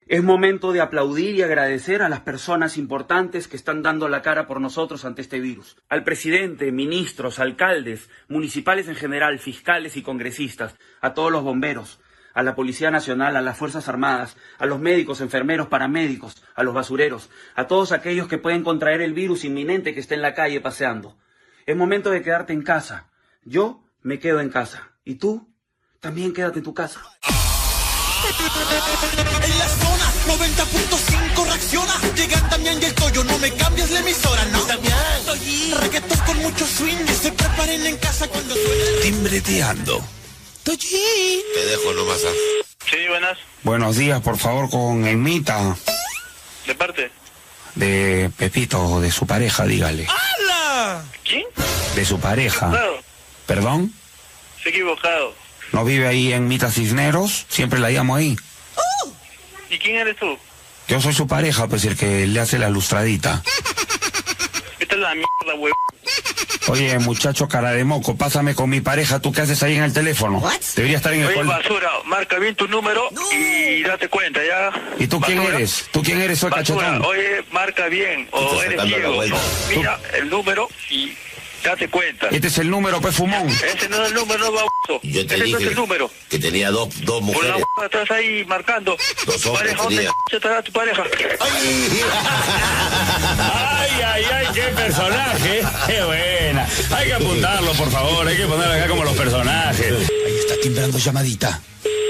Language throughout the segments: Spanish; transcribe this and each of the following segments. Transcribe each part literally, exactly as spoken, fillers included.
Es momento de aplaudir y agradecer a las personas importantes que están dando la cara por nosotros ante este virus. Al presidente, ministros, alcaldes, municipales en general, fiscales y congresistas, a todos los bomberos, a la Policía Nacional, a las Fuerzas Armadas, a los médicos, enfermeros, paramédicos, a los basureros, a todos aquellos que pueden contraer el virus inminente que está en la calle paseando. Es momento de quedarte en casa. Yo me quedo en casa. ¿Y tú? También quédate en tu casa. En la zona noventa punto cinco reacciona. Llegan Damián y el Toyo, no me cambies la emisora, ¿no? Damián, Toyi. Reggaetón con mucho swing, que se preparen en casa cuando suene. Timbreteando. Toyi. Te dejo nomás. ¿Ah? Sí, buenas. Buenos días, por favor, con Elmita. ¿De parte? De Pepito, de su pareja, dígale. ¡Hala! ¿Quién? De su pareja. Equivocado. ¿Perdón? Se equivocado. ¿No vive ahí en Mita Cisneros? Siempre la llamo ahí. ¡Oh! ¿Y quién eres tú? Yo soy su pareja, pues el que le hace la lustradita. Esta es la mierda, huevo. Oye, muchacho cara de moco, pásame con mi pareja. ¿Tú qué haces ahí en el teléfono? What? Debería estar en el Oye, col... basura, marca bien tu número No. y date cuenta, ¿ya? ¿Y tú quién Basura. eres? ¿Tú quién eres? Soy Basura, cachetón. oye, marca bien, Te o está eres sacando la ciego. vuelta. No, mira el número y date cuenta. Este es el número, pues, fumón. Ese no es el número, no baboso. Yo te Ese dije no es el número. que tenía dos, dos Por la mujeres. hueá estás ahí marcando. Dos hombres Pareja, ¿dónde tenía. c*** estará tu pareja? ¡Ay! Ay, ay, ay, qué personaje. Qué buena. Hay que apuntarlo, por favor. Hay que ponerlo acá como los personajes. Ahí está timbrando llamadita.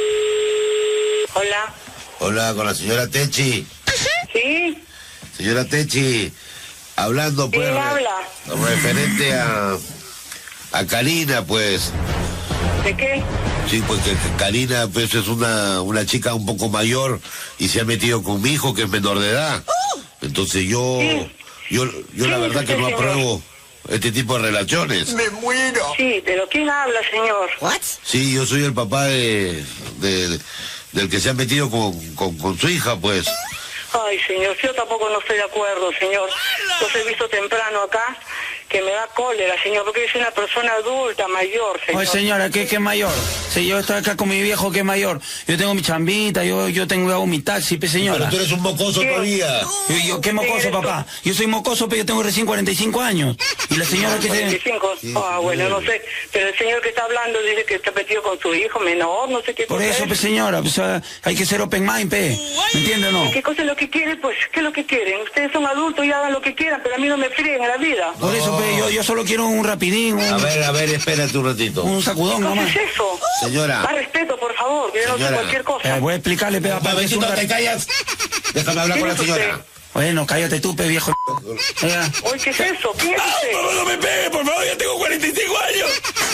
Hola. Hola, con la señora Techi. ¿Sí? Señora Techi, hablando pues ¿Quién re- habla? referente a a Karina, pues. ¿De qué? Sí, pues que, que Karina pues es una, una chica un poco mayor y se ha metido con mi hijo que es menor de edad. Entonces yo, Sí. yo, yo la Sí, verdad que no señor. apruebo este tipo de relaciones. ¡Me muero! Sí, pero ¿quién habla, señor? ¿What? Sí, yo soy el papá de, de- del que se ha metido con, con, con su hija, pues. Ay, señor, yo tampoco no estoy de acuerdo, señor. Los he visto temprano acá, que me da cólera, señor, porque es una persona adulta, mayor, señor. Oye, señora, ¿qué, qué mayor? Si yo estoy acá con mi viejo, ¿qué mayor? Yo tengo mi chambita, yo, yo tengo hago mi taxi, pe, señora. Pero tú eres un mocoso ¿Qué? todavía. Yo, yo, ¿qué mocoso, eres tú? papá? Yo soy mocoso, pero yo tengo recién cuarenta y cinco años. Y la señora que se... cuarenta y cinco. Ah, bueno, no sé. Pero el señor que está hablando dice que está metido con su hijo menor, no sé qué Por cosa eso, es. pe, señora, pues, ah, hay que ser open mind, pe. ¿Me entiende o no? ¿Qué cosa es lo que quieren? Pues, ¿qué es lo que quieren? Ustedes son adultos y hagan lo que quieran, pero a mí no me frieguen la vida. Por eso, pe, yo, yo solo quiero un rapidín, A un, ver, a ver, espérate un ratito. un sacudón ¿Qué nomás. es eso? Señora. Más respeto, por favor, que yo no sé Señora. cualquier cosa. Eh, voy a explicarle, pe, papá, que es un Babetito, rap- ¿te callas? Déjame hablar ¿Quién con la es señora. usted? Bueno, cállate tú, pe, viejo. Oiga. Oye, ¿qué es eso? ¿Quién es usted? No me pegue, por favor, ya tengo cuarenta y cinco años.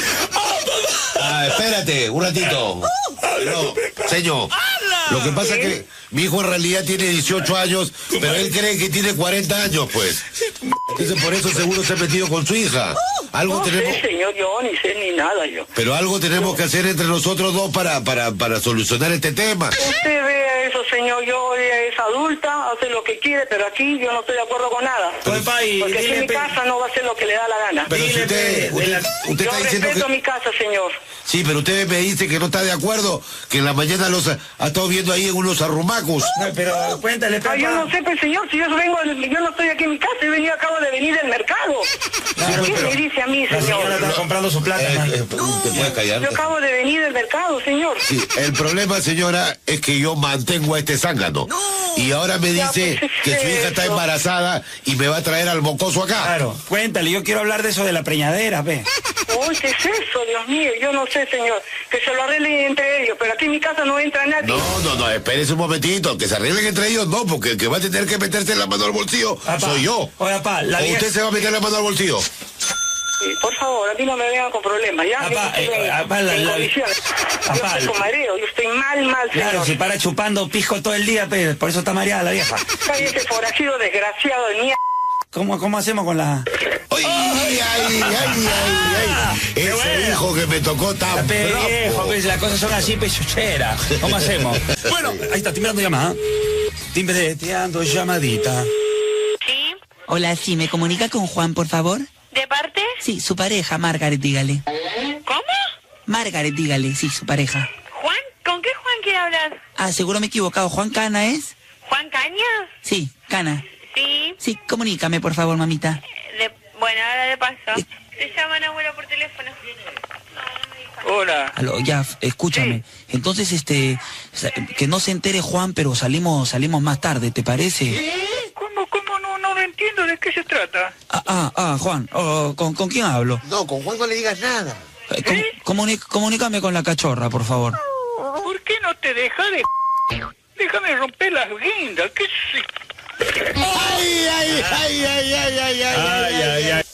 Ah, espérate, un ratito. No, señor, lo que pasa es que mi hijo en realidad tiene dieciocho años, pero él cree que tiene cuarenta años, pues. Entonces por eso seguro se ha metido con su hija. Algo No tenemos, sé, señor, yo ni sé ni nada, yo. pero algo tenemos que hacer entre nosotros dos para, para, para solucionar este tema. Usted vea eso, señor, yo ella es adulta, hace lo que quiere, pero aquí yo no estoy de acuerdo con nada. Oye, pa, y Porque aquí dile, en mi pe- casa no va a hacer lo que le da la gana. Pero si Dile, usted, pe, usted, de la- usted Yo está diciendo respeto que... mi casa, señor. Sí, pero usted me dice que no está de acuerdo, que en la mañana los ha, ha estado viendo ahí en unos arrumacos. No, pero cuéntale, pe, Ah, yo papá. no sé, pues, señor, si yo vengo, yo no estoy aquí en mi casa, he venido, acabo de venir del mercado. Claro, ¿Qué pero me dice a mí, La señora señor? está comprando su plata, Eh, man. eh, ¿Te puedes callar? Yo acabo de venir del mercado, señor. Sí, el problema, señora, es que yo mantengo a este zángano. Y ahora me Ya, dice pues, que su hija está eso. embarazada y me va a traer al mocoso acá. Claro, cuéntale, yo quiero hablar de eso de la preñadera, pe. Uy, ¿qué es eso, Dios mío? Yo no sé, señor. Que se lo arreglen entre ellos, pero aquí en mi casa no entra nadie. No, no, no, espérese un momentito, que se arreglen entre ellos, no, porque el que va a tener que meterse la mano al bolsillo Apá. soy yo. Oye, papá, la ¿O vieja... usted se va a meter la mano al bolsillo? Sí, por favor, a mí no me vengan con problemas, ¿ya? Apá, Yo estoy eh, en, apá, la- en la- condiciones. Yo apá, estoy con mareo, yo estoy mal, mal, señor. Claro, si para chupando pisco todo el día, pe, por eso está mareada la vieja. Cállese, forajido, desgraciado de mierda. ¿Cómo, cómo hacemos con la...? ¡Ay, ay, ay, ay, ay! ¡Qué Ese bueno! hijo que me tocó tan Pe, bravo. viejo, pe, las cosas son así, pechuchera. ¿Cómo hacemos? Bueno, ahí está, timbrando llamada. Timbreteando llamadita. Sí, Hola, sí, ¿me comunica con Juan, por favor? ¿de parte? Sí, su pareja, Margaret, dígale. ¿Cómo? Margaret, dígale, sí, su pareja. ¿Juan? ¿Con qué Juan quiere hablas? Ah, seguro me he equivocado. ¿Juan Cana es? ¿Juan Caña? Sí, Cana. Sí. Sí, comunícame, por favor, mamita. Le- bueno, ahora le paso. Eh. Le llaman a abuela por teléfono. Hola. Aló, ya, f- escúchame. Entonces, este, sa- que no se entere Juan, pero salimos salimos más tarde, ¿te parece? ¿Cómo, cómo? No, no, no entiendo de qué se trata. Ah, ah, ah, Juan, oh, ¿con, ¿con quién hablo? No, con Juan no le digas nada. Eh, com- comuni- comunícame con la cachorra, por favor. ¿Por qué no te deja de... Déjame romper las guindas? ¿Qué se... ¡Ay, ay, ay, ay, ay, ay, Ay, ay, ay.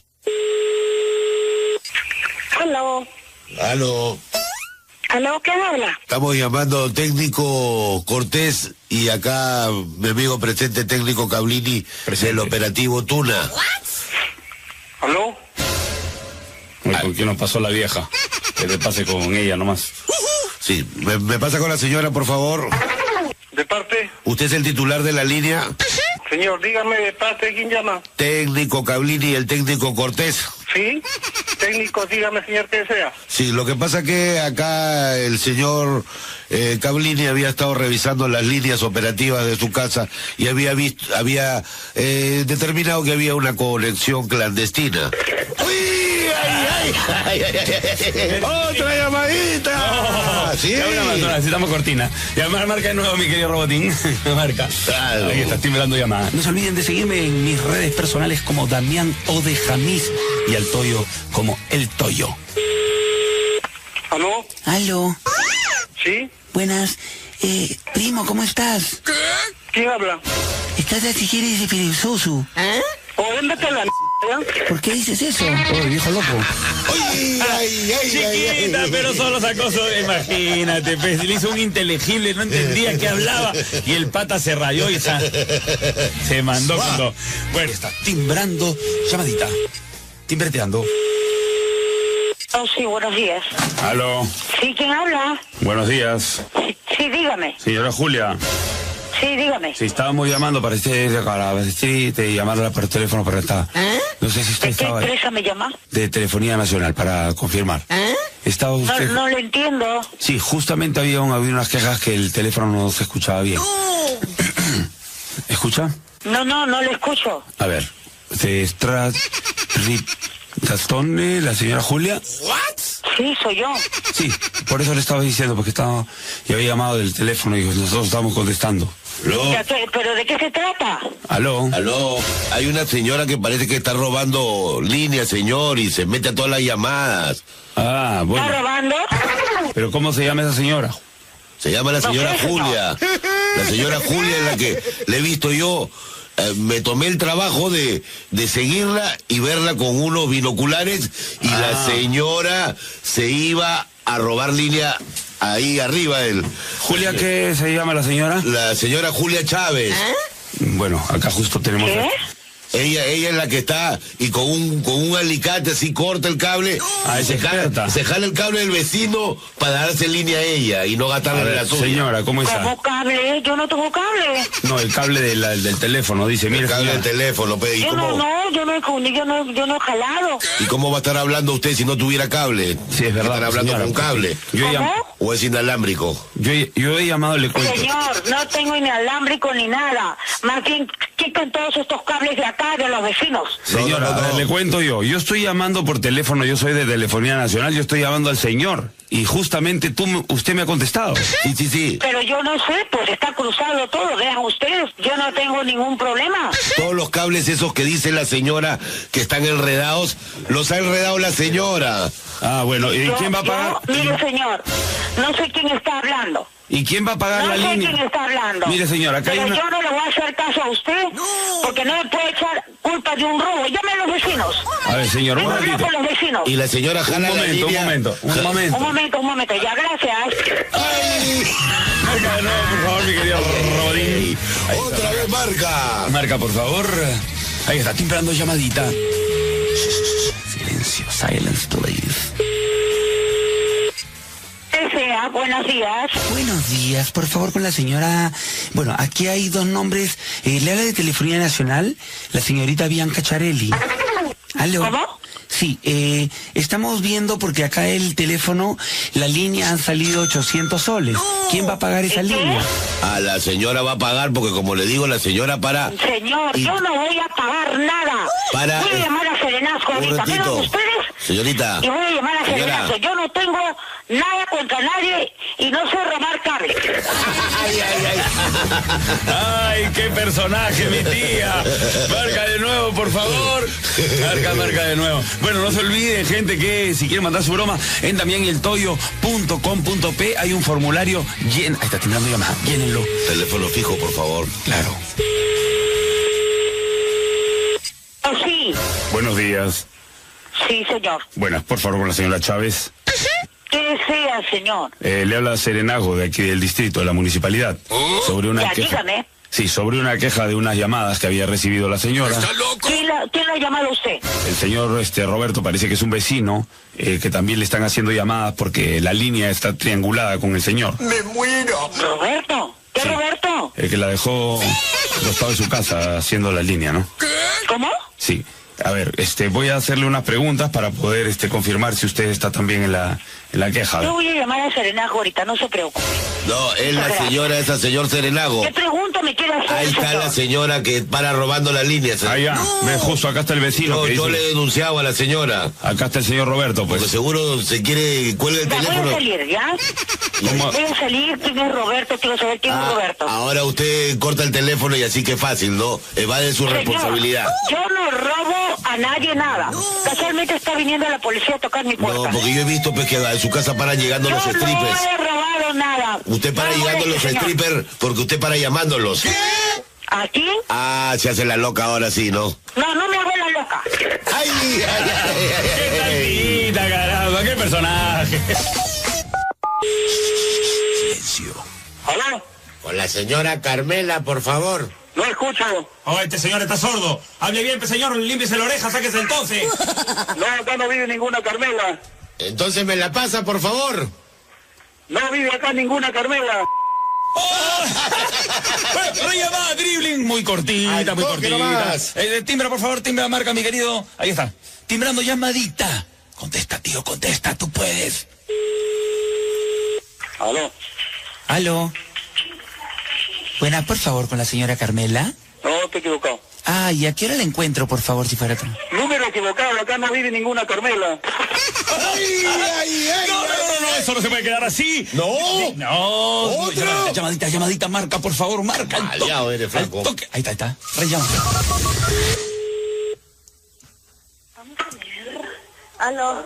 Aló. Aló. Aló, ¿quién habla? Estamos llamando al técnico Cortés y acá mi amigo presente técnico Cablini del operativo Tuna. ¿Aló? Ay, ¿con quién nos pasó la vieja? Que te pase con ella nomás. Sí, me, me pasa con la señora, por favor. ¿De parte? ¿Usted es el titular de la línea? Señor, dígame de parte de quién llama. Técnico Cablini y el técnico Cortés. ¿Sí? Técnico, dígame, señor, que desea. Sí, lo que pasa que acá el señor eh, Cablini había estado revisando las líneas operativas de su casa y había visto, había eh, determinado que había una conexión clandestina. ¡Uy! ¡Ay, ay, ay, ay, ay, ay! ¡Otra llamadita! ¿Sí? Ya una más, no, necesitamos cortina. Ya mar- marca de nuevo, mi querido Robotín. Marca. Claro. Ahí está, estoy mirando llamada. No se olviden de seguirme en mis redes personales como Damián Odejamis y al Toyo como El Toyo. ¿Aló? Aló, ¿Sí? buenas. Eh, primo, ¿cómo estás? ¿Quién habla? ¿Estás de Tijeres de Perezoso? ¿O dónde está la mierda? ¿Por qué dices eso? Oh, viejo loco. ¡Ay, ay, ay, Chiquita, ay! pero solo sacó su... Imagínate, pues, le hizo un inteligible, no entendía qué hablaba. Y el pata se rayó y sa- se mandó con todo. Bueno, está. Timbrando, llamadita. Timbreteando. Oh, sí, buenos días. Aló, Sí, ¿quién habla? buenos días. Sí, sí, dígame. Señora Julia, Sí, dígame. Sí, estábamos llamando para este, para decirte, llamarla por teléfono para estar. No sé si usted ¿De qué estaba empresa me llama? de Telefonía Nacional para confirmar. ¿Estaba No, usted? no lo entiendo. Sí, justamente había, un- había unas quejas que el teléfono no se escuchaba bien. ¿Escucha? No, no, no lo escucho. A ver, de Strat Gastone, la señora Julia. Sí, soy yo. Sí, por eso le estaba diciendo, porque estaba, y había llamado del teléfono y nosotros estábamos contestando. ¿Aló? Ya que- ¿Pero de qué se trata? Aló. Aló, hay una señora que parece que está robando líneas, señor, y se mete a todas las llamadas. Ah, ¿Está bueno. robando? Pero ¿cómo se llama esa señora? Se llama la No señora sé, Julia. La señora Julia es la que le he visto yo. Eh, me tomé el trabajo de, de seguirla y verla con unos binoculares y la señora se iba a robar línea ahí arriba del... Julia, ¿qué se llama la señora? La señora Julia Chávez. Bueno, acá justo tenemos... ¿Qué? Ella, ella es la que está y con un, con un alicate así corta el cable. Ah, es se, experta. jala, se jala el cable del vecino para darse línea a ella y no A gastarle ver, la suya. señora, ¿cómo está? ¿Cómo cable? Yo no tengo cable. No, el cable de la- del teléfono, dice, El mire, cable del señora. teléfono, pe, ¿y Yo cómo, no, no, yo no, he- yo no, yo no he jalado. ¿y cómo va a estar hablando usted si no tuviera cable? Sí, es verdad, Estar hablando señora, con cable. Yo he, llam- ¿Cómo? ¿O es inalámbrico? yo, he- yo he llamado, le cuento. Señor, no tengo ni alámbrico ni nada. Más bien, quitan todos estos cables de acá, de los vecinos. Señora, No, no, no, a ver, no. le cuento yo. Yo estoy llamando por teléfono, yo soy de Telefonía Nacional, yo estoy llamando al señor. Y justamente tú, me- usted me ha contestado. Sí, sí, sí. Pero yo no sé, pues está cruzado todo, vean ustedes. Yo no tengo ningún problema. Todos los cables esos que dice la señora que están enredados, los ha enredado la señora. Ah, bueno, ¿y Yo- quién va a yo, pagar? mire, señor, no sé quién está hablando. ¿Y quién va a pagar No la sé línea? quién está hablando. Mire, señora, acá hay Pero una... yo no le voy a hacer caso a usted, porque no me puede echar culpa de un robo. Llame a los vecinos. A ver, señor, un Vengo a hablar ratito. con los vecinos. Y la señora Un jala la momento, un línea. momento, un Un momento. momento, un momento. Ya, gracias. Marca de nuevo, por favor, mi querido Rodín. Otra vez marca. Marca, por favor. Ahí está, timbrando llamadita. Silencio, silence, please. Desea, buenos días. Buenos días, por favor, con la señora... Bueno, aquí hay dos nombres. Eh, le habla de Telefonía Nacional, la señorita Bianca Charelli. ¿Aló? ¿Cómo? Sí, eh, estamos viendo porque acá el teléfono, la línea han salido ochocientos soles. ¿Quién va a pagar esa línea? A la señora va a pagar porque, como le digo, la señora para... Señor, y... yo no voy a pagar nada. Para... Voy a llamar a Serenazgo ahorita. ¿Me dan ustedes? Señorita. Y voy a llamar a Señora. Serenazgo. Yo no tengo nada contra nadie y no sé robar cable. Ay, ay, ay. Ay, qué personaje, mi tía. Marca de nuevo, por favor. Marca, marca de nuevo. Bueno, no se olviden, gente, que si quieren mandar su broma, en también el toyo punto com punto pe hay un formulario lleno. Ahí está timbrando llamada. Llénenlo. Teléfono fijo, por favor. Claro. Oh, sí. Buenos días. Sí, señor. Buenas, por favor, con la señora Chávez. ¿Qué desea, señor? Eh, le habla Serenazgo de aquí del distrito, de la municipalidad. Sobre una Ya, queja. dígame. Sí, sobre una queja de unas llamadas que había recibido la señora. ¿Quién la, quién la ha llamado a usted? El señor este Roberto parece que es un vecino eh, que también le están haciendo llamadas porque la línea está triangulada con el señor. ¡Me muero! ¿Roberto? ¿Qué Sí. Roberto? El que la dejó acostado en su casa haciendo la línea, ¿no? ¿Cómo? Sí. A ver, este, voy a hacerle unas preguntas para poder este, confirmar si usted está también en la, en la queja. Yo voy a llamar a Serenazgo ahorita, no se preocupe. No, es la señora, esa señor Serenago. ¿Qué pregunta me quiere hacer, Ahí está señor? la señora que para robando la línea. señor. Ah, ya. Ve, justo acá está el vecino. Yo, que yo dice- le he denunciado a la señora. Acá está el señor Roberto, Porque pues. seguro se quiere, cuelga el Ya voy teléfono. a salir, ¿ya? ¿Cómo? Voy a salir, ¿quién es Roberto? Quiero saber quién es Ah, Roberto. ahora usted corta el teléfono y así que fácil, ¿no? Evade su Señor, responsabilidad. yo no robo a nadie nada. Casualmente está viniendo la policía a tocar mi puerta. No, porque yo he visto pues, que a su casa paran llegando yo los no strippers. he robado nada. Usted para No llegando moleste, los señor. strippers porque usted para llamándolos. ¿A quién? Ah, se hace la loca ahora sí, ¿no? No, no me hago la loca. ¡Ay, ay, ay, ay, ay! Tantita, caramba, qué personaje. Silencio. ¿Hola? Con la señora Carmela, por favor. No escucho. Oh, este señor está sordo. Hable bien, señor, límpiese la oreja, sáquese entonces. No, acá no vive ninguna Carmela. Entonces me la pasa, por favor. No vive acá ninguna Carmela. Bueno, llamada dribbling muy cortita, Al muy toque cortita. nomás. Eh, timbra, por favor, timbra, marca, mi querido. Ahí está. Timbrando llamadita. Contesta, tío, contesta, tú puedes. ¿Aló? Aló. Buenas, por favor, con la señora Carmela. No, te he equivocado. Ah, ¿y a qué hora la encuentro, por favor, si fuera tú? Número equivocado, acá no vive ninguna Carmela. ¡Ay, ay, ay! No, no, no, no, eso no se puede quedar así. ¡No! No. ¿Otro? Llamadita, llamadita, llamadita, marca, por favor, marca. al toque, Maleado eres, al flaco. toque. Ahí está, ahí está. Rellama. Aló,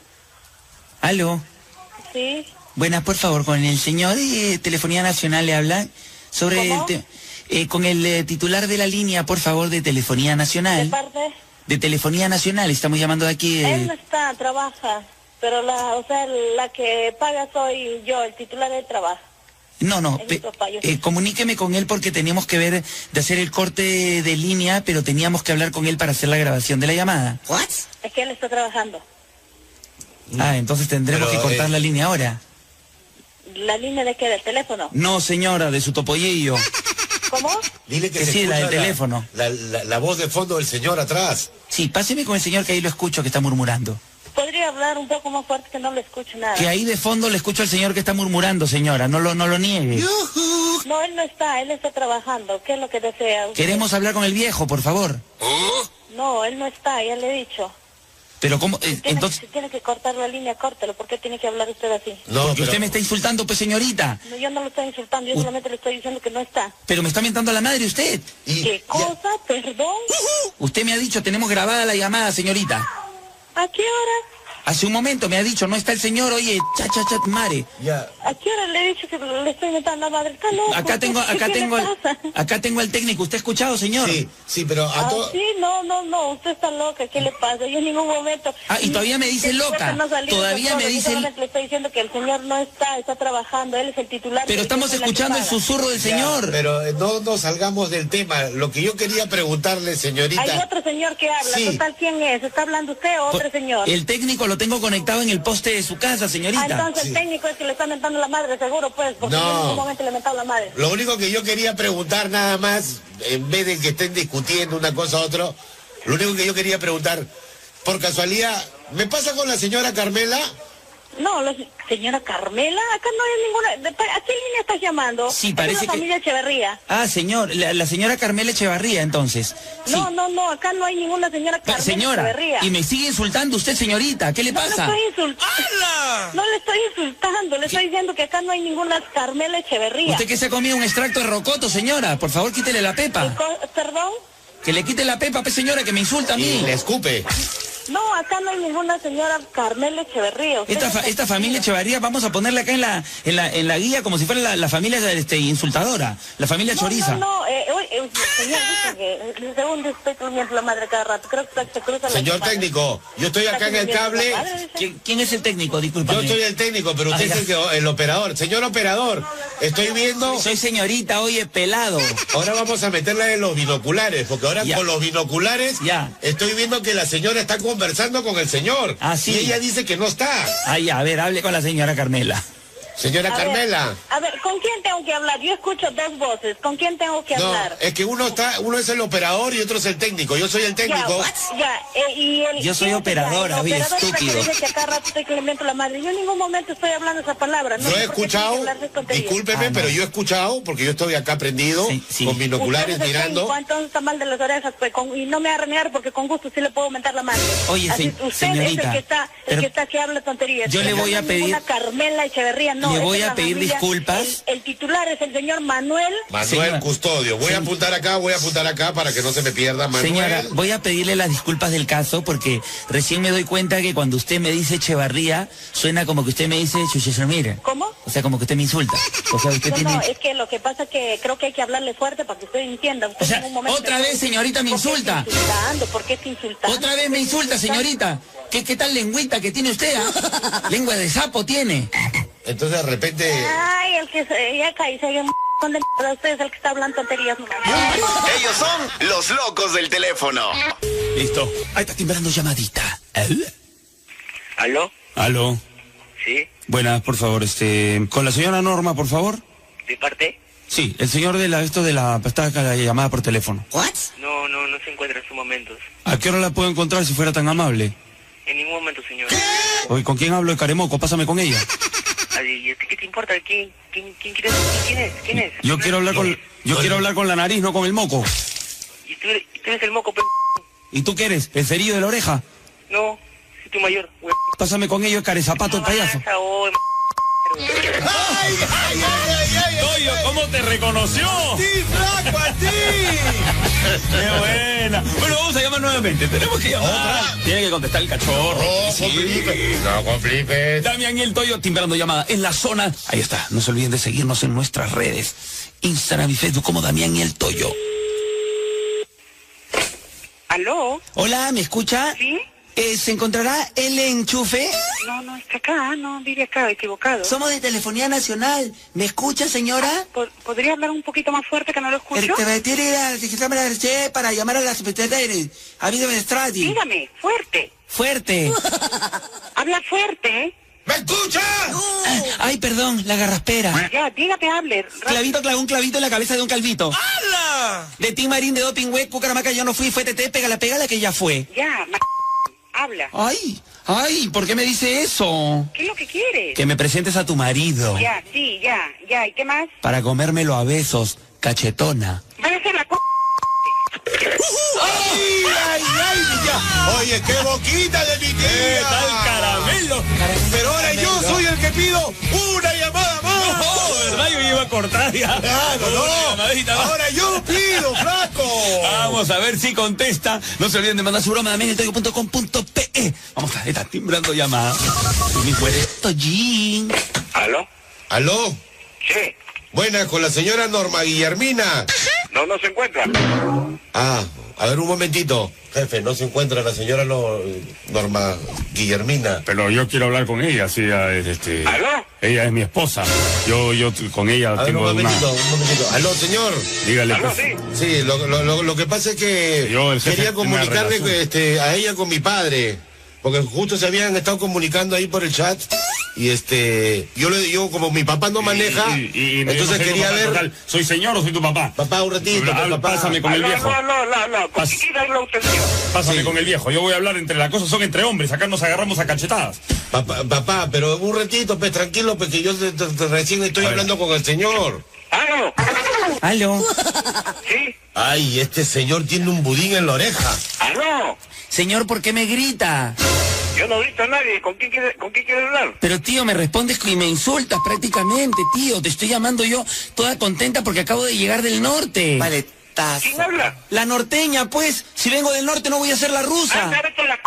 Aló. sí, Buenas, por favor, con el señor de Telefonía Nacional le habla sobre ¿Cómo? el te- eh, con el eh, titular de la línea, por favor, de Telefonía de Nacional. parte. De Telefonía Nacional, estamos llamando de aquí. eh, Él no está, trabaja, pero la, o sea, la que paga soy yo, el titular del trabajo. No, no, Es pe- mi papá, yo eh, sé. comuníqueme con él porque teníamos que ver de hacer el corte de línea, pero teníamos que hablar con él para hacer la grabación de la llamada. Es que él está trabajando. Ah, entonces tendremos Pero, que cortar eh, la línea ahora. ¿La línea de qué? ¿Del teléfono? No, señora, de su topollillo. ¿Cómo? Dile que, Que se sí, la escucha del teléfono. La, la- la voz de fondo del señor atrás. Sí, páseme con el señor que ahí lo escucho, que está murmurando. ¿Podría hablar un poco más fuerte que no le escucho nada? Que ahí de fondo le escucho al señor que está murmurando, señora, no lo, no lo niegue. No, él no está, él está trabajando. ¿Qué es lo que desea? usted? Queremos hablar con el viejo, por favor. No, él no está, ya le he dicho. Pero cómo, eh, Tiene, entonces, si tiene que cortar la línea, córtelo. ¿Por qué tiene que hablar usted así? No, porque pero- usted me está insultando, pues señorita. No, yo no lo estoy insultando, yo U- solamente le estoy diciendo que no está. Pero me está mentando a la madre usted. y- ¿Qué cosa? ¿Perdón? Usted me ha dicho, tenemos grabada la llamada, señorita. ¿A qué hora? Hace un momento me ha dicho, no está el señor, oye, cha, cha, cha, mare. ya. ¿A qué hora le he dicho que le estoy inventando a la madre? ¿Está loco? Acá tengo, ¿Qué- acá qué tengo, le al- pasa? acá tengo al técnico. ¿Usted ha escuchado, señor? Sí, sí, pero a Ah, to- sí, no, no, no, usted está loca, ¿qué le pasa? Yo en ningún momento... Ah, y todavía me dice Del loca, cuerpo no salió todavía esa me cosa, yo dice- solamente le estoy diciendo que el señor no está, está trabajando, él es el titular. Pero y yo estamos soy la que escuchando el paga. susurro del ya, señor. pero eh, no nos salgamos del tema. Lo que yo quería preguntarle, señorita. Hay otro señor que habla, Sí. total, ¿quién es? ¿Está hablando usted o otro señor? El técnico lo tengo conectado en el poste de su casa, Ah, señorita. entonces Sí. el técnico es que le está mentando la madre, seguro, pues, porque No. yo en ningún momento le he mentado la madre. Lo único que yo quería preguntar nada más, en vez de que estén discutiendo una cosa a otra, lo único que yo quería preguntar, por casualidad, ¿me pasa con la señora Carmela? No, la señora Carmela, acá no hay ninguna... ¿A qué línea estás llamando? Sí, parece es la familia que... Echeverría. Ah, señor, la, la señora Carmela Echevarría, entonces. Sí. No, no, no, acá no hay ninguna señora Carmela Señora, Echeverría. y me sigue insultando usted, señorita, ¿qué le no, pasa? No, le estoy insult... no le estoy insultando, le estoy diciendo que acá no hay ninguna Carmela Echeverría. ¿Usted que se ha comido un extracto de rocoto, señora? Por favor, quítele la pepa. ¿Perdón? Que le quite la pepa, pe señora, que me insulta a mí. Y le escupe. No, acá no hay ninguna señora Carmela Echeverría. Esta, fa esta familia Echevarría, vamos a ponerla acá en la en la, en la guía como si fuera la, la familia este, insultadora, la familia no, choriza. No, no, eh, eh, señor, dice que segundo estoy comiendo la madre cada rato. Creo que se cruza la Señor madre. técnico, yo estoy acá en el cable. ¿Quién, ¿Quién es el técnico? Disculpa. Yo soy el técnico, pero usted ah, es el, el operador. Señor operador, estoy viendo... Soy señorita, oye, pelado. Ahora vamos a meterla en los binoculares, porque ahora ya. Con los binoculares ya. Estoy viendo que la señora está conversando con el señor. Señor, ah, sí. Y ella dice que no está. Ay, a ver, hable con la señora Carmela. Señora a Carmela. Ver, a ver, ¿con quién tengo que hablar? Yo escucho dos voces. ¿Con quién tengo que no, hablar? Es que uno está, uno es el operador y otro es el técnico. Yo soy el técnico. Ya, ya eh, y el, yo soy operadora, bien estúpido. Dice que acá rato estoy que le miento la madre. Yo en ningún momento estoy hablando esa palabra. No yo he escuchado, discúlpeme, ah, no. pero yo he escuchado, porque yo estoy acá prendido, sí, sí. con binoculares mirando. Técnico, entonces está mal de las orejas, pues, con, y no me va a renegar porque con gusto sí le puedo aumentar la madre. Oye, Así, se, usted señorita. es el que está, el que está que habla tonterías. Yo le voy a pedir... Una Carmela Echeverría, no. Le voy a pedir disculpas. El, el titular es el señor Manuel. Manuel Señora, Custodio. Voy sí. a apuntar acá, voy a apuntar acá para que no se me pierda, Manuel. Señora, voy a pedirle las disculpas del caso porque recién me doy cuenta que cuando usted me dice Echevarría, suena como que usted me dice Chuchesamira. ¿Cómo? O sea, como que usted me insulta. O sea, usted no, tiene... no, es que lo que pasa es que creo que hay que hablarle fuerte para que usted entienda. Usted o sea, en un momento otra vez, señorita, me insulta. ¿Por qué está insultando? ¿Por qué está insultando? Otra vez me insulta, señorita. ¿Qué, qué tal lengüita que tiene usted? ¿Ah? Lengua de sapo tiene. Entonces de repente... Ay, el que se... Ya caí, se oye un m***** de mierda. Usted es el que está hablando tonterías. Ellos son los locos del teléfono. Listo. Ahí está timbrando llamadita. ¿Eh? ¿Aló? ¿Aló? Sí. Buenas, por favor, este... Con la señora Norma, por favor. ¿De parte? Sí, el señor de la... Esto de la... Está la llamada por teléfono. ¿What? No, no, no se encuentra en estos momentos. ¿A qué hora la puedo encontrar si fuera tan amable? En ningún momento, señor. Oye, ¿con quién hablo de Caremoco? Pásame con ella. Ay, ¿qué te importa? ¿Quién, quién, quién, quién, quién es? ¿Quién es? Yo quiero hablar con... Yo quiero hablar con la nariz, no con el moco. ¿Y tú eres, tú eres el moco, p***? ¿Y tú qué eres? ¿El cerillo de la oreja? No, soy tu mayor, güey. Pásame con ellos, carezapato, el payaso. Oh, ¡Ay, ay, ay, ay, ay! Toyo, ¿cómo te reconoció? ¡Sí, flaco, a ti! ¡Qué buena! Bueno, vamos a llamar nuevamente. Tenemos que llamar. ¿Otra? Tiene que contestar el cachorro. No, sí. compliques. No compliques. Damián y el Toyo timbrando llamada en la zona. Ahí está. No se olviden de seguirnos en nuestras redes. Instagram y Facebook como Damián y el Toyo. ¿Aló? Hola, ¿me escucha? ¿Sí? Eh, ¿Se encontrará el enchufe? No, no, está acá, no, vive acá, equivocado. Somos de Telefonía Nacional. ¿Me escucha, señora? ¿Podría hablar un poquito más fuerte que no lo escucho? Tiene la para llamar a la secretaria. A mí de Estradi. Dígame, fuerte. Fuerte. Habla fuerte. ¿Me escucha? Ah, ay, perdón, la garraspera. Ya, dígame, hable. Clavito, clavó un clavito en la cabeza de un calvito. ¡Hala! De Tim Marín, de Doping Web, Cucaramaca, yo no fui, fue T T, pégala, pégala, que ya fue. Ya, ma... habla. Ay, ay, ¿por qué me dice eso? ¿Qué es lo que quieres? Que me presentes a tu marido. Ya, sí, ya, ya, ¿y qué más? Para comérmelo a besos, cachetona. Van a hacer la co... ¡Ay, ay, ay! Ya. Oye, qué boquita de mi tía. ¿Qué tal caramelo? Pero ahora yo soy el que pido una llamada más. No, ¿verdad? Yo iba a cortar ya. Claro, no. Ahora yo pido, flaco. Vamos a ver si contesta. No se olviden de mandar su broma a damián el toyo punto com punto pe. Vamos a estar timbrando llamada. Mi Toyín. ¿Aló? ¿Aló? Sí. Buenas, con la señora Norma Guillermina. No, no se encuentra. Ah, a ver un momentito. Jefe, no se encuentra la señora no, Norma Guillermina. Pero yo quiero hablar con ella, sí, este... ¿Aló? Ella es mi esposa. Yo, yo con ella a tengo ver, un momentito, una... un momentito. Aló, señor. Dígale. ¿Aló, pues. sí? Sí, lo, lo, lo, lo que pasa es que Yo, el jefe, quería comunicarle tiene una este, a ella con mi padre. Porque justo se habían estado comunicando ahí por el chat y este, yo le yo como mi papá no maneja, y, y, y, entonces no soy quería papá, ver. Total. ¿Soy señor o soy tu papá? Papá, un ratito, Ah, papá. Pásame con el No, viejo. no, no, no, no. ¿Con Pas- quién quiere hablar usted, señor? Pásame Sí. con el viejo. Yo voy a hablar entre las cosas, son entre hombres. Acá nos agarramos a cachetadas. Papá, papá, pero un ratito, pues tranquilo, pues que yo te- te- te- recién estoy A ver. hablando con el señor. ¿Aló? Aló. ¿Sí? Ay, este señor tiene un budín en la oreja. ¿Aló? Señor, ¿por qué me grita? Yo no he visto a nadie. ¿Con quién quiere, con quién quiere hablar? Pero tío, me respondes y me insultas prácticamente, tío. Te estoy llamando yo toda contenta porque acabo de llegar del norte. Paletazo. ¿Quién habla? La norteña, pues. Si vengo del norte no voy a ser la rusa. Anda, vete a la c...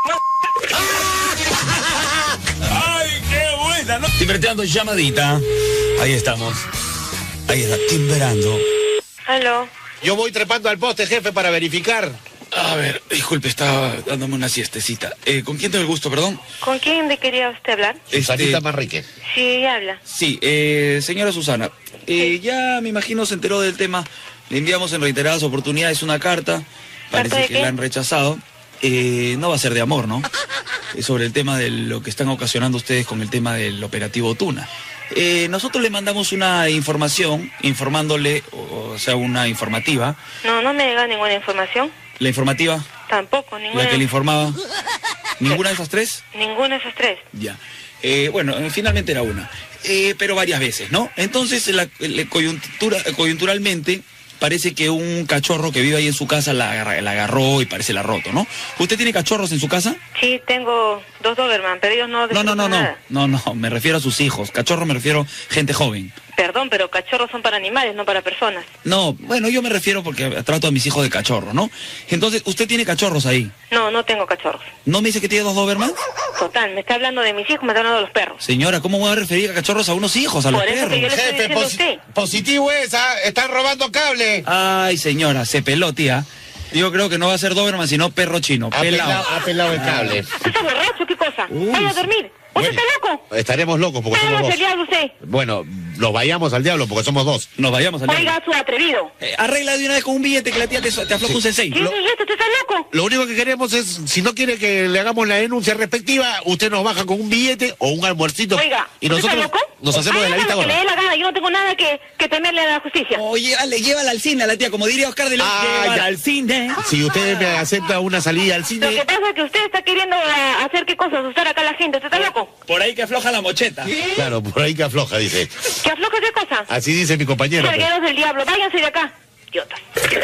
¡Ay, qué buena! ¿no? Timbrando llamadita. Ahí estamos. Ahí está, timbrando. Aló. Yo voy trepando al poste, jefe, para verificar. A ver, disculpe, estaba dándome una siestecita. Eh, ¿Con quién tengo el gusto, perdón? ¿Con quién le quería usted hablar? Susanita Manrique. Sí, habla. Sí, eh, señora Susana, eh, ya me imagino se enteró del tema. Le enviamos en reiteradas oportunidades una carta. Parece de que qué? la han rechazado. Eh, no va a ser de amor, ¿no? Eh, sobre el tema de lo que están ocasionando ustedes con el tema del operativo Tuna. Eh, nosotros le mandamos una información, informándole, o, o sea, una informativa. No, no me llega ninguna información. La informativa, Tampoco, ninguna. la que le informaba. ¿Ninguna de esas tres? Ninguna de esas tres. Ya. Eh, bueno, eh, finalmente era una. Eh, pero varias veces, ¿no? Entonces, la, la coyuntura, coyunturalmente, parece que un cachorro que vive ahí en su casa la, agarra- la agarró y parece la ha roto, ¿no? ¿Usted tiene cachorros en su casa? Sí, tengo dos Doberman, pero ellos no No, no, no, destrozan no. nada. No, no, me refiero a sus hijos. Cachorro me refiero a gente joven. Perdón, pero cachorros son para animales, no para personas. No, bueno, yo me refiero porque trato a mis hijos de cachorro, ¿no? Entonces, ¿usted tiene cachorros ahí? No, no tengo cachorros. ¿No me dice que tiene dos Doberman? Total, me está hablando de mis hijos, me está hablando de los perros. Señora, ¿cómo voy a referir a cachorros a unos hijos, a los Por eso que yo perros? le estoy diciendo a usted. positivo es, ¿ah? Están robando cable. Ay, señora, se peló, tía. Yo creo que no va a ser Doberman, sino perro chino. Ha Pelado. pelado, ha pelado el cable. ¿Usted está borracho? ¿Qué cosa? Uy, Vaya a dormir. ¿Usted bueno. está loco? Estaremos locos porque somos Váyase dos. al diablo usted. Bueno, nos vayamos al diablo porque somos dos. Nos vayamos al Oiga, su atrevido. Eh, arregla de una vez con un billete que la tía te, te afloja un C seis. ¿Qué es esto? ¿Usted está loco? Lo único que queremos es, si no quiere que le hagamos la denuncia respectiva, usted nos baja con un billete o un almuercito. Oiga, y ¿usted está nosotros loco? nos hacemos de la Haga vista lo que le dé gorda. la gana. Yo no tengo nada que, que temerle a la justicia. Oye, dale, llévala al cine a la tía, como diría Oscar de León. Ah, llévala ya. al cine. Si usted me acepta una salida al Lo que cine, pasa es que usted está queriendo eh, hacer qué cosa, asustar acá a la gente. ¿Usted está loco? Por ahí que afloja la mocheta. claro, por ahí que afloja, dice. ¿Que afloja qué cosa? Así dice mi compañero. pues. Cargueros del diablo, váyanse de acá. Idiotas.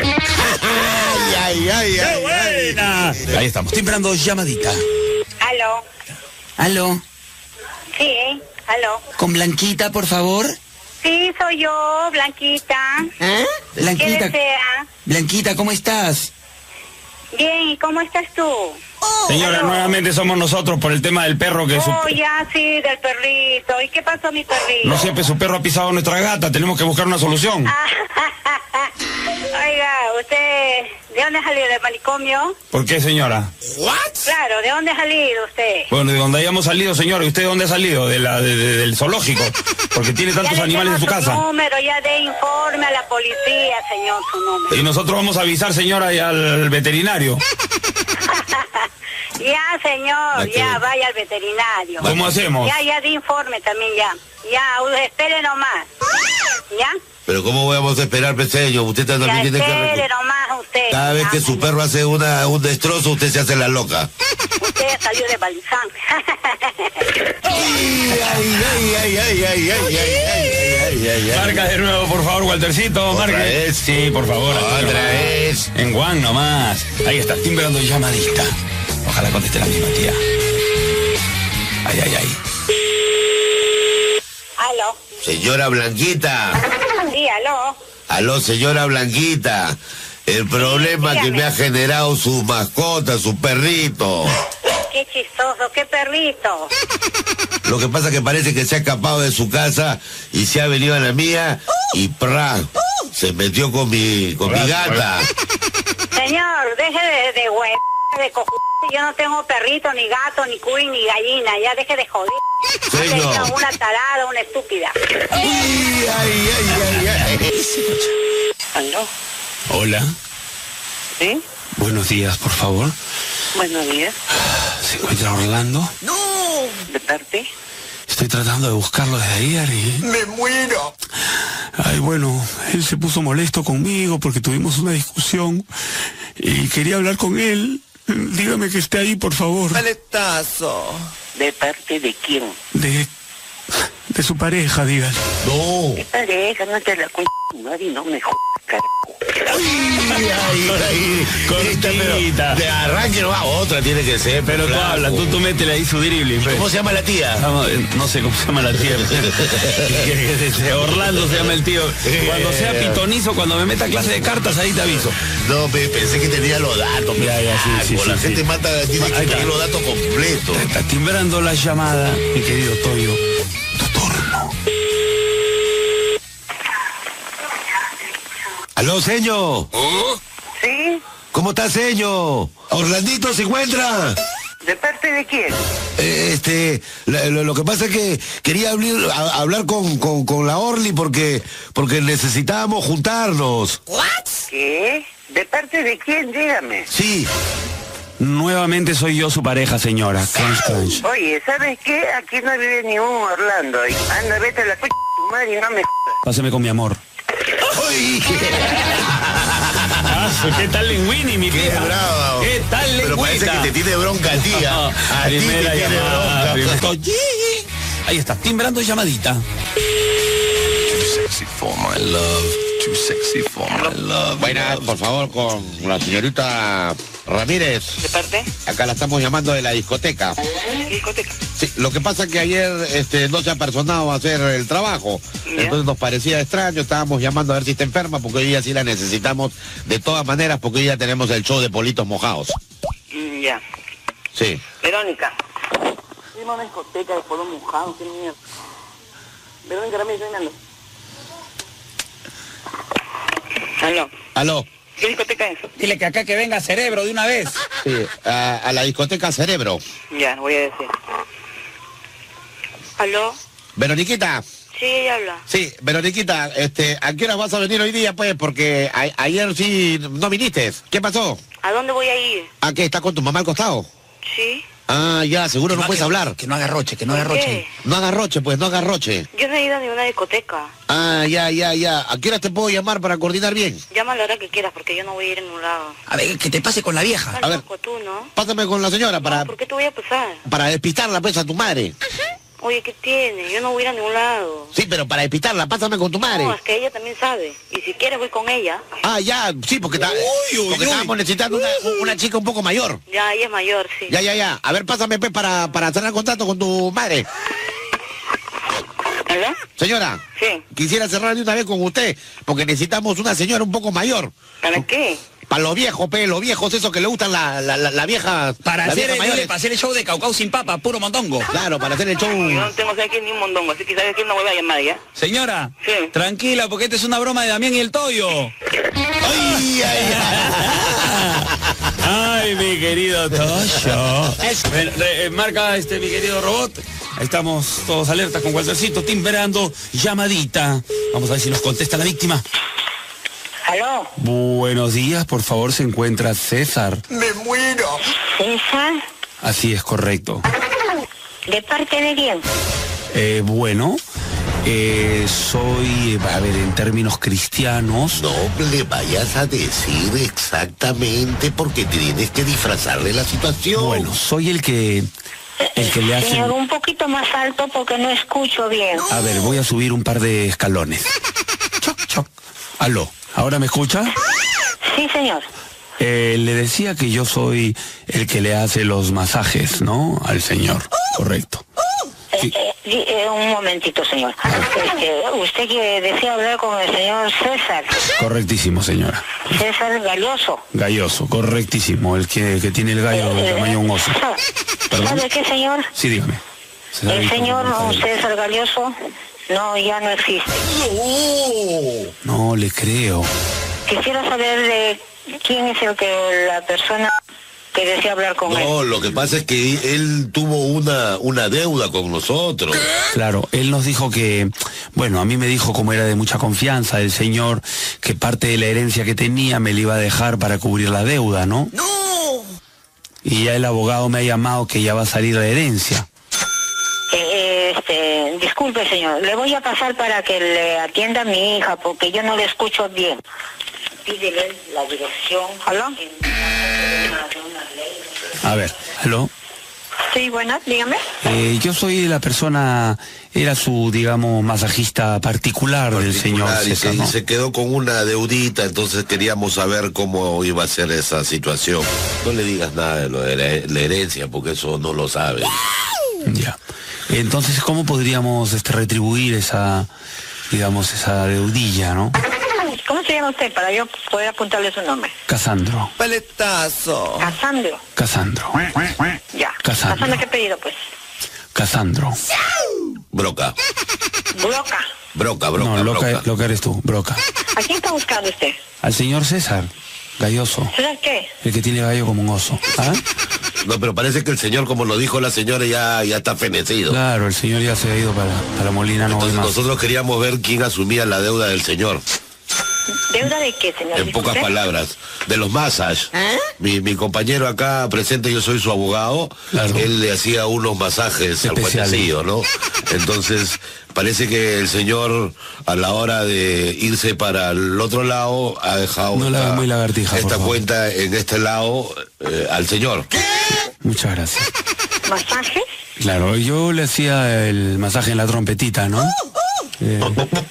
Ay, ay, ay, ¡Qué ay. buena! Ahí estamos, timbrando llamadita. Aló. Aló. Sí, aló. Con Blanquita, por favor. Sí, soy yo, Blanquita. ¿Eh? ¿Qué Blanquita. desea? Blanquita, ¿cómo estás? Bien, ¿y cómo estás tú? Señora, aló. nuevamente somos nosotros por el tema del perro que su... Oh, ya, sí, del perrito. ¿Y qué pasó, mi perrito? No sé, pues su perro ha pisado a nuestra gata, tenemos que buscar una solución. Oiga, ¿usted de dónde ha salido? ¿Del manicomio? ¿Por qué, señora? Claro, ¿de dónde ha salido usted? Bueno, de donde hayamos salido, señora. ¿Y usted de dónde ha salido? De la, de- de- del zoológico. Porque tiene tantos Ya le animales en su tengo casa. número, ya de informe a la policía, señor, su número. Y nosotros vamos a avisar, señora, y al veterinario. Ya, señor, Ya que- ya, vaya al veterinario. ¿Cómo hacemos? Ya, ya, de informe también, ya. Ya, u- espere nomás. ¿Ya? Pero ¿cómo vamos a esperar, peseño? Usted Ya, también tiene que... espere recu- nomás usted. Cada vez ya, que su señor. perro hace una, un destrozo, usted se hace la loca. Usted salió de Balizán. Ay, ay, ay, ay, ay, ay, ay, ay, ay, ay, ay. Marca de nuevo, por favor, Waltercito. ¿Otra Marque. vez? Sí, por favor. Otra vez. En Juan nomás. Ahí está, timbrando llamadita. Ojalá conteste la misma tía. Ay, ay, ay. Aló. Señora Blanquita. Sí, aló. Aló, señora Blanquita. El problema que dígame. me ha generado su mascota, su perrito. Qué chistoso, qué perrito. Lo que pasa que parece que se ha escapado de su casa y se ha venido a la mía y ¡pra! Se metió con mi, con mi gata. Señor, deje de, de güey, de cojo. Yo no tengo perrito, ni gato, ni cuy, ni gallina. Ya deje de joder. Señor. Usted es una tarada, una estúpida. Ay, ay, ay, ay, ay. ¿Aló? Hola. ¿Sí? Buenos días, por favor. Buenos días. ¿Se encuentra Orlando? ¿De parte? Estoy tratando de buscarlo desde ayer y... ¡Me muero! Ay, bueno, él se puso molesto conmigo porque tuvimos una discusión y quería hablar con él. Dígame que esté ahí, por favor. Paletazo. ¿De parte de quién? De... de su pareja, dígale. No. ¿Qué pareja? No te la cu... Nadie no me jodas, carajo. Ay, ay, ay. Cortita. De arranque no va, otra tiene que ser. Pero tú flaco. hablas, tú, tú métele ahí su dribbling. ¿Cómo se llama la tía? Vamos, eh, no sé cómo se llama la tía. Orlando se llama el tío. Cuando sea pitonizo, cuando me meta clase de cartas, ahí te aviso. No, pe- pensé que tenía los datos. Ya, ya, sí, sí, Con la sí, gente sí. mata, tiene que Ahí está. tener los datos completos. Está timbrando la llamada, mi querido Toyo. Tu turno. Aló, señor. ¿Sí? ¿Cómo está, señor? ¿Orlandito se encuentra? ¿De parte de quién? Eh, este, la- lo, lo que pasa es que quería hablar, a- hablar con, con, con la Orly porque, porque necesitábamos juntarnos. ¿Qué? ¿De parte de quién? Dígame. Sí. Nuevamente soy yo su pareja, señora. Crunch, crunch. Oye, ¿sabes qué? Aquí no vive ni un Orlando. Anda, vete a la coche tu madre y no me jodas. Páseme con mi amor. ¡Ay! Ah, ¿qué tal Linguini, mi ¡Qué vieja? bravo! ¿Qué tal Pero parece Lengüita? que te tiene bronca a ti, ¿ah? A ti te Primera tiene llamada. bronca. primera- Ahí está, timbrando llamadita. Buenas, por favor, con la señorita Ramírez. ¿De parte? Acá la estamos llamando de la discoteca. Discoteca. Sí, lo que pasa es que ayer este, no se ha personado a hacer el trabajo. Ya. Entonces nos parecía extraño, estábamos llamando a ver si está enferma, porque hoy día sí la necesitamos de todas maneras, porque hoy día tenemos el show de politos mojados. Mm, ya. Sí. Verónica. Dime una discoteca de polvo mojado, qué mierda. Verónica Ramírez, estoy llamando. Aló. Aló. ¿Qué discoteca es? Dile que acá que venga Cerebro de una vez. Sí, a, a la discoteca Cerebro. Ya, voy a decir. ¿Aló? Veroniquita. Sí, ella habla. Sí, Veroniquita, este, ¿a qué hora vas a venir hoy día, pues? Porque a- ayer sí no viniste. ¿Qué pasó? ¿A dónde voy a ir? ¿A qué? ¿Está con tu mamá al costado? Sí. Ah, ya, seguro no Que puedes que- hablar. Que no haga roche, que no ¿Por haga roche. qué? No hagas roche, pues, no hagas roche. Yo no he ido a ninguna discoteca. Ah, ya, ya, ya. ¿A qué hora te puedo llamar para coordinar bien? Llama a la hora que quieras porque yo no voy a ir en un lado. A ver, que te pase con la vieja. Estás A ver. loco tú, ¿no? Pásame con la señora para, ¿Por qué te voy a pasar? para despistarla, pues, a tu madre. Oye, ¿qué tiene? Yo no voy a ir a ningún lado. Sí, pero para despistarla, pásame con tu madre. No, es que ella también sabe. Y si quieres voy con ella. Ah, ya, sí, porque, ta- Uy, uy, porque uy. estábamos necesitando una, una chica un poco mayor. Ya, ella es mayor, sí. Ya, ya, ya. A ver, pásame, pues, para, para cerrar contacto con tu madre. ¿Verdad? Señora, Sí. quisiera cerrar de una vez con usted, porque necesitamos una señora un poco mayor. ¿Para qué? Para los viejos, pe, los viejos esos que le gustan la, la, la, la vieja... Para la hacer, vieja el, mayores. dile, para hacer el show de Caucao sin papa, puro mondongo. Claro, para hacer el show... Yo no tengo saber quién ni un mondongo, así que sabes quién no vuelve a llamar ya. Señora, Sí. tranquila, porque esta es una broma de Damián y el Toyo. ¡Ay, ay, ay! Ay, mi querido Toyo. Ven, re- eh, marca este, mi querido robot. Ahí estamos todos alertas con cualquiercito, timbrando, llamadita. Vamos a ver si nos contesta la víctima. ¿Aló? Buenos días, por favor, se encuentra César. ¡Me muero! ¿César? Así es, correcto. ¿De parte de quién? Eh, bueno, eh, soy, a ver, en términos cristianos... No le vayas a decir exactamente porque tienes que disfrazarle la situación. Bueno, soy el que... El que le hace... Señor, un poquito más alto porque no escucho bien. A ver, voy a subir un par de escalones. Choc, choc. Aló, ¿ahora me escucha? Sí, señor. Eh, le decía que yo soy el que le hace los masajes, ¿no? Al señor. Correcto. Sí. Eh, eh, eh, un momentito, señor. Este, usted que desea hablar con el señor César. Correctísimo, señora. César Galloso. Galloso, correctísimo. El que, que tiene el gallo de tamaño de un oso. ¿Perdón? ¿Sabe qué, señor? Sí, dígame. César El Galloso, señor por favor. César Galloso no, ya no existe. No le creo. Quisiera saber de quién es el que la persona que desea hablar con él. No, lo que pasa es que él tuvo una, una deuda con nosotros. Claro, él nos dijo que, bueno, a mí me dijo, como era de mucha confianza el señor, que parte de la herencia que tenía me la iba a dejar para cubrir la deuda, ¿no? ¡No! Y ya el abogado me ha llamado que ya va a salir la herencia. Eh, eh, este, disculpe, señor. Le voy a pasar para que le atienda a mi hija, porque yo no le escucho bien. Pídele la dirección. ¿Aló? A ver, ¿aló? Sí, buenas, dígame. Eh, yo soy la persona, era su, digamos, masajista particular, particular del señor y César, se, ¿no? se quedó con una deudita, entonces queríamos saber cómo iba a ser esa situación. No le digas nada de lo de la, la herencia, porque eso no lo sabe. Ya. Entonces, ¿cómo podríamos este, retribuir esa, digamos, esa deudilla, no? ¿Cómo se llama usted para yo poder apuntarle su nombre? Casandro. Paletazo. Casandro. Casandro. Ya. Casandro. ¿Casandro qué pedido, pues? Casandro. Broca. Broca. Broca, broca, No, loca, broca. loca eres tú, broca. ¿A quién está buscando usted? Al señor César, galloso. ¿César qué? El que tiene gallo como un oso. ¿Ah? No, pero parece que el señor, como lo dijo la señora, ya, ya está fenecido. Claro, el señor ya se ha ido para, para Molina, no voy Entonces más. nosotros queríamos ver quién asumía la deuda del señor. ¿Deuda de qué, señor? En pocas Disculpe. palabras, de los masajes. ¿Eh? Mi, mi compañero acá presente, yo soy su abogado, Claro. él le hacía unos masajes al Especiales. cuentecillo, ¿no? Entonces, parece que el señor, a la hora de irse para el otro lado, ha dejado No la esta, haga muy lagartija, por esta favor. cuenta en este lado eh, al señor. Muchas gracias. ¿Masajes? Claro, yo le hacía el masaje en la trompetita, ¿no? Eh,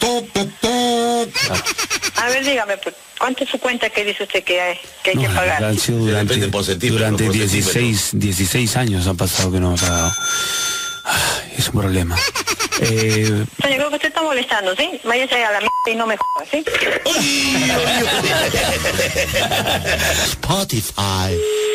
A ver, dígame, pues, ¿cuánto es su cuenta que dice usted que hay que, hay no, que pagar? han sido durante, Depende por centímetro, durante por dieciséis, dieciséis años han pasado que no me ha pagado. Ay, es un problema. Eh, Señor, creo que usted está molestando, ¿sí? Váyase a la mierda y no me joda, ¿sí? Spotify.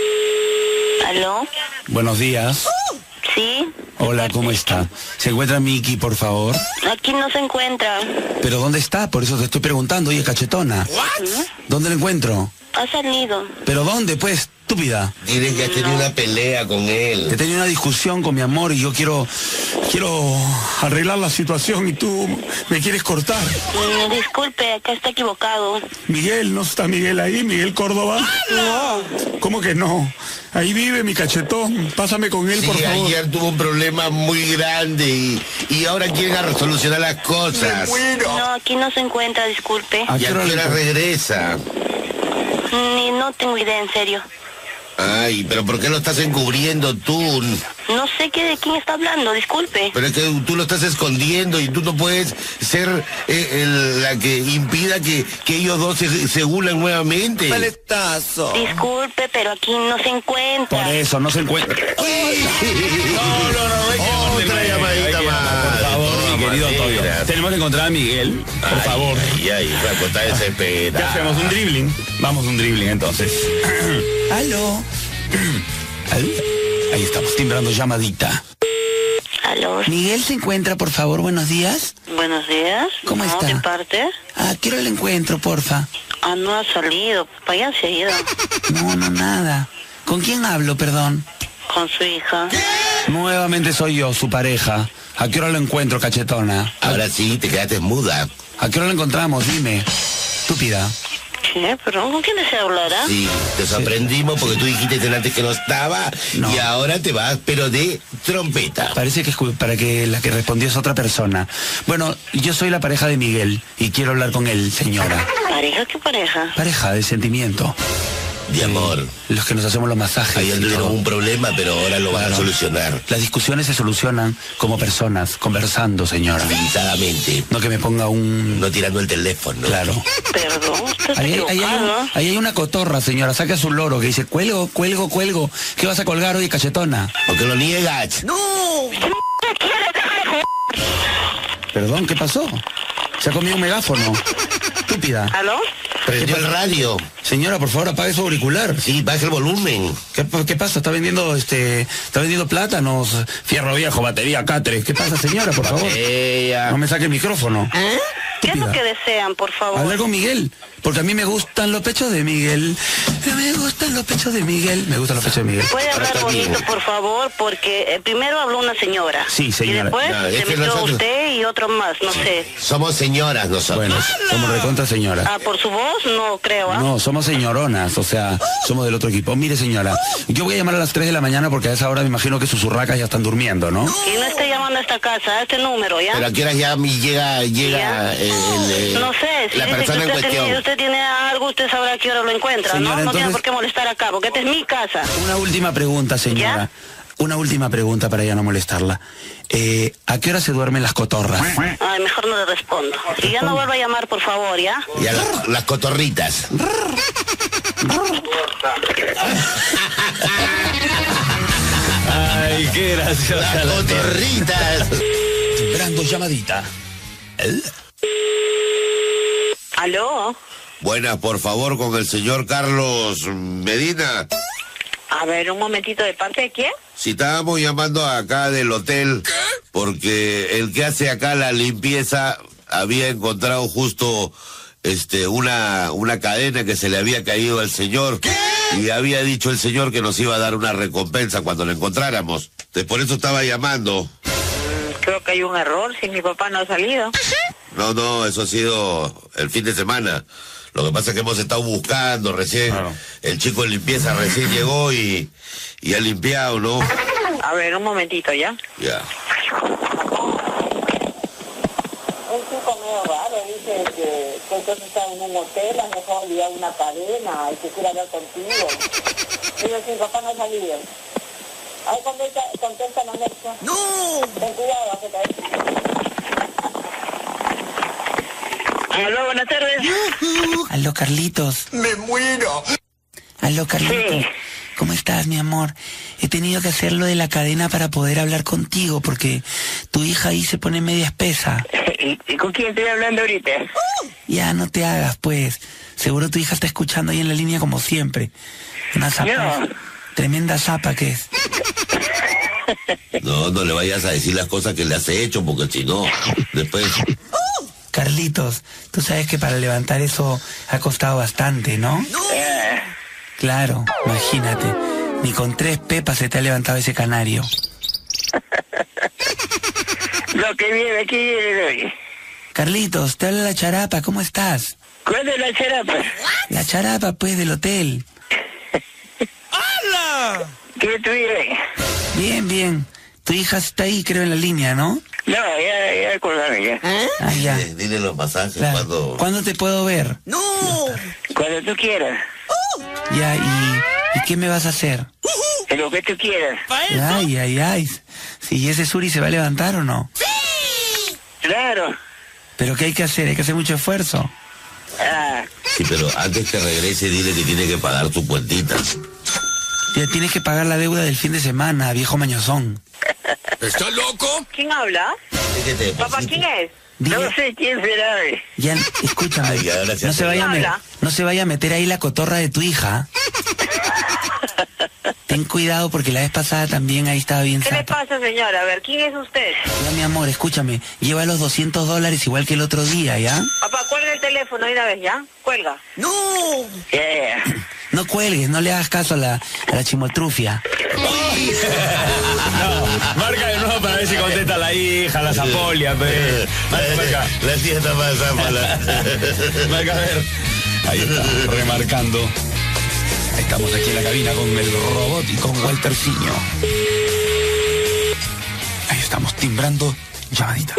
¿Aló? buenos días. ¿Sí? Hola, ¿cómo está? ¿Se encuentra Miki, por favor? Aquí no se encuentra. ¿Pero dónde está? Por eso te estoy preguntando. Oye, cachetona. ¿Dónde la encuentro? Ha salido. ¿Pero dónde, pues, estúpida? Dile que has tenido una pelea con él. He tenido una discusión con mi amor y yo quiero... Quiero arreglar la situación y tú me quieres cortar. Mm, disculpe, acá está equivocado. Miguel, ¿no está Miguel ahí? ¿Miguel Córdoba? No. ¿Cómo que no? Ahí vive mi cachetón. Pásame con él, Sí, por favor. ayer tuvo un problema muy grande y, y ahora quieren a resolucionar las cosas. No, aquí no se encuentra, disculpe. ¿A Y qué hora a qué le- hora regresa. Ni no tengo idea, en serio. Ay, pero ¿por qué lo estás encubriendo tú? No sé qué de quién está hablando, disculpe. Pero es que tú lo estás escondiendo y tú no puedes ser eh, el- la que impida que, que ellos dos se, se unan nuevamente. Paletazo. Disculpe, pero aquí no se encuentra. Por eso, no se encuentra. No, no, no, hay que Otra hay que llamadita llamar, más. Por favor, No, mi querido manera. Toyo. Tenemos que encontrar a Miguel, por Ay, favor. Ay, ay, Flaco, está ¿Qué desesperado. hacemos? ¿Un dribbling? Vamos, un dribbling entonces. Aló. Aló. Ahí estamos, timbrando llamadita. ¿Aló? Miguel se encuentra, por favor, buenos días. Buenos días. ¿Cómo no, está? ¿De parte? Ah, quiero el encuentro, porfa. Ah, no ha salido. Para allá se ha ido. No, no, nada. ¿Con quién hablo, perdón? Con su hija. Nuevamente soy yo, su pareja. ¿A qué hora lo encuentro, cachetona? ¿A, Ahora sí, te quedaste muda. ¿A qué hora lo encontramos? Dime. Estúpida. ¿Qué? ¿Perdón? ¿Con quién desea hablar, ah? Sí, te sorprendimos porque tú dijiste antes que no estaba No. y ahora te vas, pero de trompeta. Parece que es cu- para que la que respondió es otra persona. Bueno, yo soy la pareja de Miguel y quiero hablar con él, señora. ¿Pareja? ¿Qué pareja? Pareja de sentimiento. De amor. Los que nos hacemos los masajes. Ayer y tuvieron todo. un problema, pero ahora lo van a Claro. solucionar. Las discusiones se solucionan como personas, conversando, señora. Civilizadamente. No que me ponga un... No tirando el teléfono. Claro. Perdón, usted está Ahí, hay- ahí hay un- equivocado. ahí hay una cotorra, señora. Saca su loro que dice, cuelgo, cuelgo, cuelgo. ¿Qué vas a colgar hoy, cachetona? Porque lo niegas. No. Perdón, ¿qué pasó? Se ha comido un megáfono. Estúpida. ¿Aló? Prendió el radio. Señora, por favor, apague su auricular. Sí, baja el volumen. ¿Qué, qué pasa? ¿Está vendiendo este, está vendiendo plátanos, fierro viejo, batería, catres? ¿Qué pasa, señora, por favor? Ella. No me saque el micrófono. ¿Eh? ¿Qué es lo Estúpida. que desean, por favor? Hablar con Miguel. Porque a mí me gustan los pechos de Miguel. Me gustan los pechos de Miguel. Me gustan los pechos de Miguel. ¿Puede hablar bonito, por favor? Porque eh, primero habló una señora. Sí, señora. Y después No, es se que metió nosotros- usted y otro más, no sé. Somos señoras nosotros. Bueno, somos recontra señoras. Ah, por su voz no creo, ¿ah? No, somos señoronas, o sea, somos del otro equipo. Mire, señora, yo voy a llamar a las tres de la mañana porque a esa hora me imagino que sus urracas ya están durmiendo, ¿no? Y no esté llamando a esta casa, a este número, ¿ya? Pero a qué horas ya mi llega, llega el, el- No sé, si la dice que persona en usted cuestión. tiene, usted tiene algo, usted sabrá a qué hora lo encuentra, Señora, ¿no? No tiene entonces- por qué molestar acá, porque esta es mi casa. Una última pregunta, señora. Una última pregunta para ya no molestarla. Eh, ¿A qué hora se duermen las cotorras? Ay, mejor no le respondo. Y ya no vuelva a llamar, por favor, ¿ya? Y a las, las cotorritas. Ay, qué graciosa. Las cotorritas. Timbrando llamadita. ¿Eh? ¿Aló? Buenas, por favor, con el señor Carlos Medina. A ver, un momentito, ¿de parte de quién? Si estábamos llamando acá del hotel, porque el que hace acá la limpieza había encontrado justo este una una cadena que se le había caído al señor. Y había dicho el señor que nos iba a dar una recompensa cuando la encontráramos. Entonces, por eso estaba llamando. Creo que hay un error, si mi papá no ha salido. No, no, eso ha sido el fin de semana. Lo que pasa es que hemos estado buscando recién. Claro. El chico de limpieza recién llegó y, y ha limpiado, ¿no? A ver, un momentito, ¿ya? Ya. Un chico medio raro, dice que, que entonces está en un hotel, has dejado olvidar una cadena y que quiere hablar contigo. Digo, si mi papá no ha salido. Ahí contesta, contesta la Alexa. ¡No! Ten cuidado, hace caer. Aló, buenas tardes. Aló, Carlitos. ¡Me muero! Aló, Carlitos. Sí. ¿Cómo estás, mi amor? He tenido que hacer lo de la cadena para poder hablar contigo porque tu hija ahí se pone media espesa. ¿Y, y con quién estoy hablando ahorita? Ya, no te hagas, pues. Seguro tu hija está escuchando ahí en la línea como siempre. Una zapa. No. Tremenda zapa que es. No, no le vayas a decir las cosas que le has hecho, porque si no, después... Carlitos, tú sabes que para levantar eso ha costado bastante, ¿no? Claro, imagínate. Ni con tres pepas se te ha levantado ese canario. Lo que viene aquí viene hoy. Carlitos, te habla la charapa, ¿cómo estás? ¿Cuál es la charapa? La charapa, pues, del hotel. ¡Hala! ¿Qué tú vives? Bien, bien. Tu hija está ahí, creo, en la línea, ¿no? No, ya, ya colgaron ya. Ah, ya. Dile, dile los masajes Claro. cuando... ¿Cuándo te puedo ver? ¡No! Cuando tú quieras. Ya, ¿y, ¿y qué me vas a hacer? Lo que tú quieras. Ay, ay, ay. Si ese Suri se va a levantar o no. Claro. Pero ¿qué hay que hacer? Hay que hacer mucho esfuerzo. Ah, Sí, pero antes que regrese, dile que tiene que pagar tu cuentita. Ya tienes que pagar la deuda del fin de semana, viejo mañozón. ¿Estás loco? ¿quién habla? Déjate de Papá, cositas. ¿quién es? Dile- No sé quién será. Ya, escúchame. Ay, ahora se no, hace se vaya a me- habla. no se vaya a meter ahí la cotorra de tu hija. Ten cuidado porque la vez pasada también ahí estaba bien ¿Qué le zapa. pasa, señora? A ver, ¿quién es usted? Ya, mi amor, escúchame. Lleva los doscientos dólares igual que el otro día, ¿ya? Papá, cuelga el teléfono de una vez, ¿ya? Cuelga. ¡No! Yeah. No cuelgues, no le hagas caso a la, a la chimotrufia. No, marca de nuevo para ver si contesta la hija, la zapolia, pe. Marca, marca. La tía está más zápala. Marca, a ver. Ahí está, remarcando. Estamos aquí en la cabina con el robot y con Walterciño. Ahí estamos timbrando llamadita.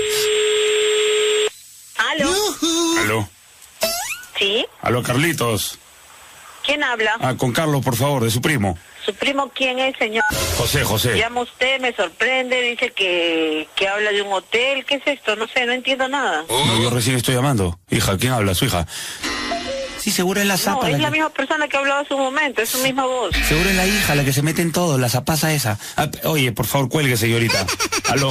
¿Aló? Aló, ¿Sí? aló, Carlitos. ¿Quién habla? Ah, con Carlos, por favor, de su primo. ¿Su primo quién es, señor? José, José. Llama usted, me sorprende, dice que, que habla de un hotel. ¿Qué es esto? No sé, no entiendo nada. No, yo recién estoy llamando. Hija, ¿quién habla? Su hija. Sí, seguro es la No, zapa. es la la que- misma persona que hablaba hace un momento, es su misma voz. Seguro es la hija la que se mete en todo, la zapaza esa. Ah, oye, por favor, cuelgue, señorita. Aló.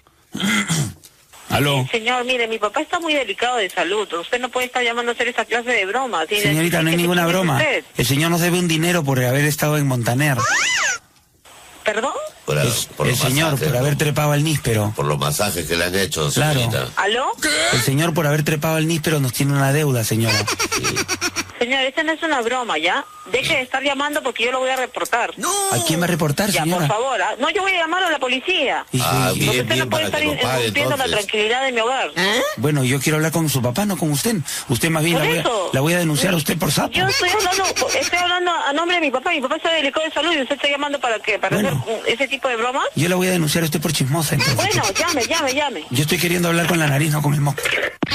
Aló. Señor, mire, mi papá está muy delicado de salud. Usted no puede estar llamando a hacer esa clase de bromas. ¿Sí? Señorita, no hay Explíqueme ninguna quién es broma. usted. El señor nos debe un dinero por haber estado en Montaner. ¿Perdón? Por, El, por el los señor, masajes, por ¿no? haber trepado al níspero. Por los masajes que le han hecho, Claro. señorita. ¿Aló? El señor, por haber trepado al níspero, nos tiene una deuda, señora. Sí. Señor, esta no es una broma, ¿ya? Deje de estar llamando porque yo lo voy a reportar. ¿A quién va a reportar, Ya, señora? por favor. ¿ah? No, yo voy a llamar a la policía. Y- Ah, y- bien, Porque usted bien, no puede para estar que lo pague, interrumpiendo la entonces. tranquilidad de mi hogar. Bueno, yo quiero hablar con su papá, no con usted. Usted más bien Por la voy, a, eso. la voy a denunciar a usted por sapo. Yo estoy hablando, estoy hablando a nombre de mi papá. Mi papá está delicado de salud y usted está llamando para qué, para Bueno. hacer mm, ese tipo de bromas. Yo la voy a denunciar a usted por chismosa, entonces. Bueno, llame, llame, llame. Yo estoy queriendo hablar con la nariz, no con el moco.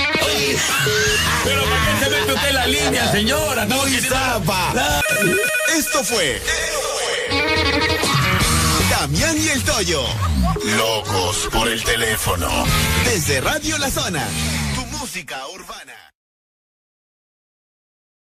Pero ¿para qué se mete usted en la línea, señora? Estamos ¡Muy queriendo- zapa! Esto fue Damián y el Toyo. Locos por el teléfono. Desde Radio La Zona. Tu música urbana.